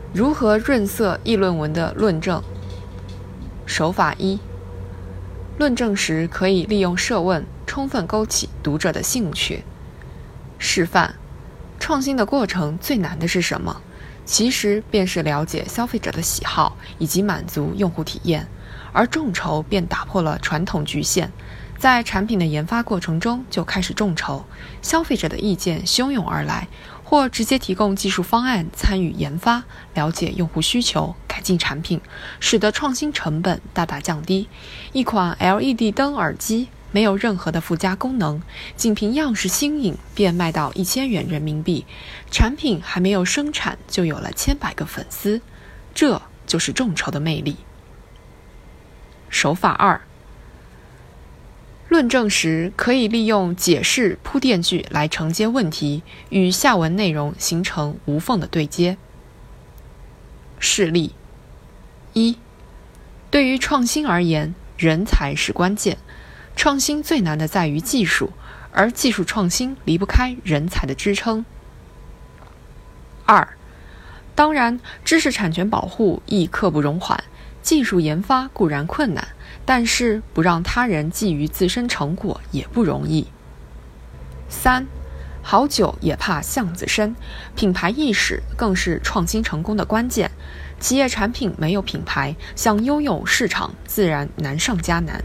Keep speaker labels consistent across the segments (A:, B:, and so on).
A: 如何润色议论文的论证？手法一，论证时可以利用设问，充分勾起读者的兴趣。示范：创新的过程最难的是什么？其实便是了解消费者的喜好以及满足用户体验，而众筹便打破了传统局限，在产品的研发过程中就开始众筹，消费者的意见汹涌而来，或直接提供技术方案参与研发，了解用户需求，改进产品，使得创新成本大大降低。一款 LED 灯耳机没有任何的附加功能，仅凭样式新颖便卖到1000元人民币，产品还没有生产就有了千百个粉丝，这就是众筹的魅力。手法二，论证时可以利用解释铺垫句来承接问题，与下文内容形成无缝的对接。示例：一，对于创新而言，人才是关键。创新最难的在于技术，而技术创新离不开人才的支撑。二，当然，知识产权保护亦刻不容缓，技术研发固然困难，但是不让他人觊觎自身成果也不容易。三，好酒也怕巷子深，品牌意识更是创新成功的关键。企业产品没有品牌，想拥有市场自然难上加难。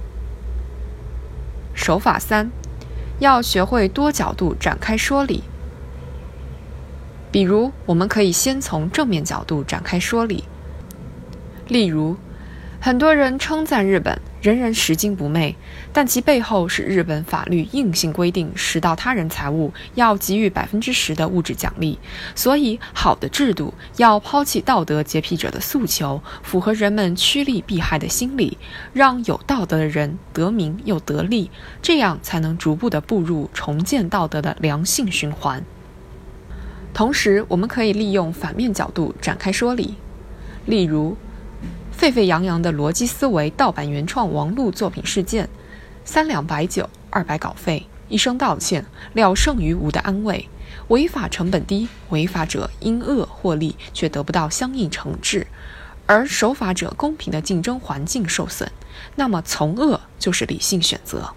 A: 手法三，要学会多角度展开说理。比如，我们可以先从正面角度展开说理。例如，很多人称赞日本人人拾金不昧，但其背后是日本法律硬性规定拾到他人财物要给予10%的物质奖励，所以好的制度要抛弃道德洁癖者的诉求，符合人们趋利避害的心理，让有道德的人得名又得利，这样才能逐步地步入重建道德的良性循环。同时，我们可以利用反面角度展开说理。例如，沸沸扬扬的逻辑思维盗版原创网络作品事件，3两白酒200稿费，1声道歉了胜于无的安慰，违法成本低，违法者因恶获利却得不到相应惩治，而守法者公平的竞争环境受损，那么从恶就是理性选择。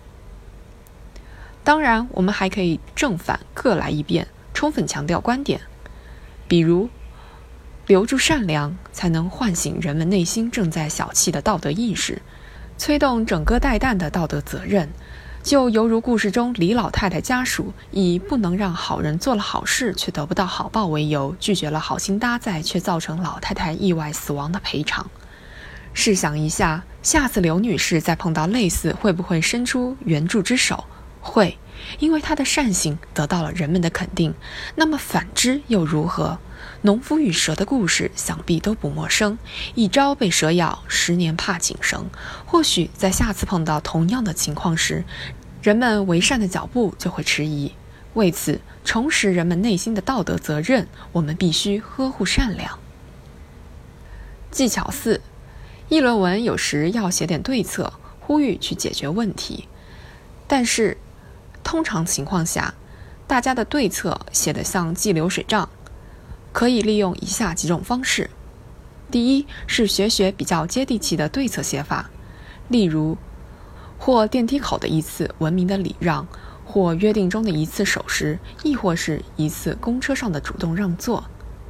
A: 当然，我们还可以正反各来一遍，充分强调观点。比如，留住善良，才能唤醒人们内心正在小气的道德意识，催动整个带弹的道德责任，就犹如故事中李老太太家属以不能让好人做了好事却得不到好报为由，拒绝了好心搭载却造成老太太意外死亡的赔偿。试想一下，下次刘女士再碰到类似，会不会伸出援助之手？会，因为她的善行得到了人们的肯定。那么反之又如何？农夫与蛇的故事想必都不陌生，一朝被蛇咬，10年怕井绳。或许在下次碰到同样的情况时，人们为善的脚步就会迟疑。为此，重拾人们内心的道德责任，我们必须呵护善良。技巧4，议论文有时要写点对策，呼吁去解决问题。但是，通常情况下，大家的对策写得像记流水账，可以利用以下几种方式。第一是学比较接地气的对策写法，例如或电梯口的一次文明的礼让，或约定中的一次守时，亦或是一次公车上的主动让座。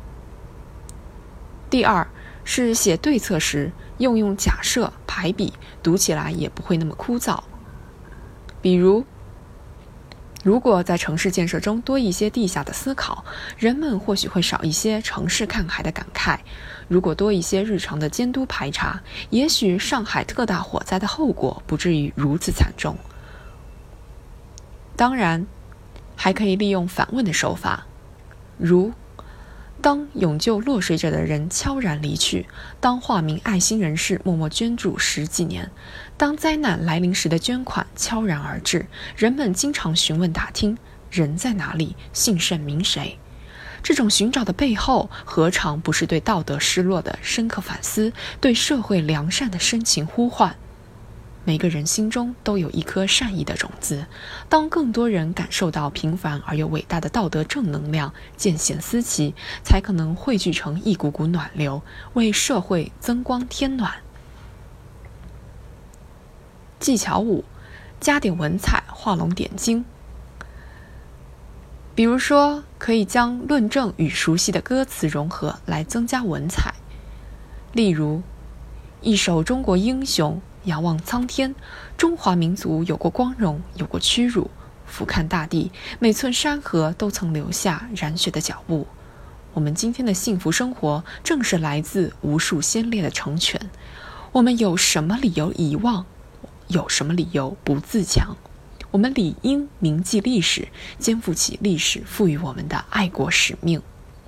A: 第二是写对策时用假设排比，读起来也不会那么枯燥。比如，如果在城市建设中多一些地下的思考，人们或许会少一些城市看海的感慨；如果多一些日常的监督排查，也许上海特大火灾的后果不至于如此惨重。当然，还可以利用反问的手法，如当永救落水者的人悄然离去，当化名爱心人士默默捐助10几年，当灾难来临时的捐款悄然而至，人们经常询问打听，人在哪里，姓甚名谁。这种寻找的背后，何尝不是对道德失落的深刻反思，对社会良善的深情呼唤？ 每个人心中都有一颗善意的种子。当更多人感受到平凡而又伟大的道德正能量渐显思齐，才可能汇聚成一股股暖流，为社会增光添暖。技巧5：加点文采，画龙点睛。比如说，可以将论证与熟悉的歌词融合，来增加文采。例如，一首中国英雄，仰望苍天，中华民族有过光荣，有过屈辱，俯瞰大地，每寸山河都曾留下染血的脚步。我们今天的幸福生活，正是来自无数先烈的成全。我们有什么理由遗忘？有什么理由不自强？我们理应铭记历史，肩负起历史赋予我们的爱国使命。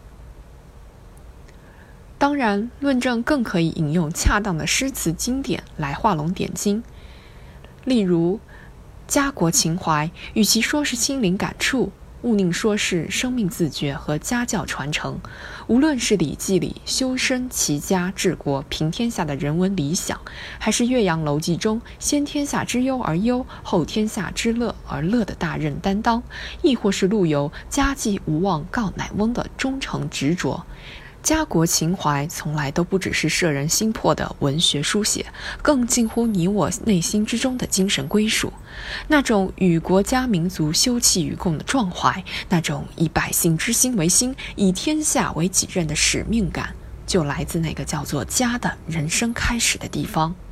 A: 当然，论证更可以引用恰当的诗词经典来画龙点睛。例如，家国情怀，与其说是心灵感触，勿宁说是生命自觉和家教传承。无论是《礼记》里修身齐家治国平天下的人文理想，还是《岳阳楼记》中先天下之忧而忧，后天下之乐而乐的大任担当，亦或是陆游家祭无忘告乃翁的忠诚执着，家国情怀从来都不只是摄人心魄的文学书写，更近乎你我内心之中的精神归属。那种与国家民族休戚与共的壮怀，那种以百姓之心为心，以天下为己任的使命感，就来自那个叫做家的人生开始的地方。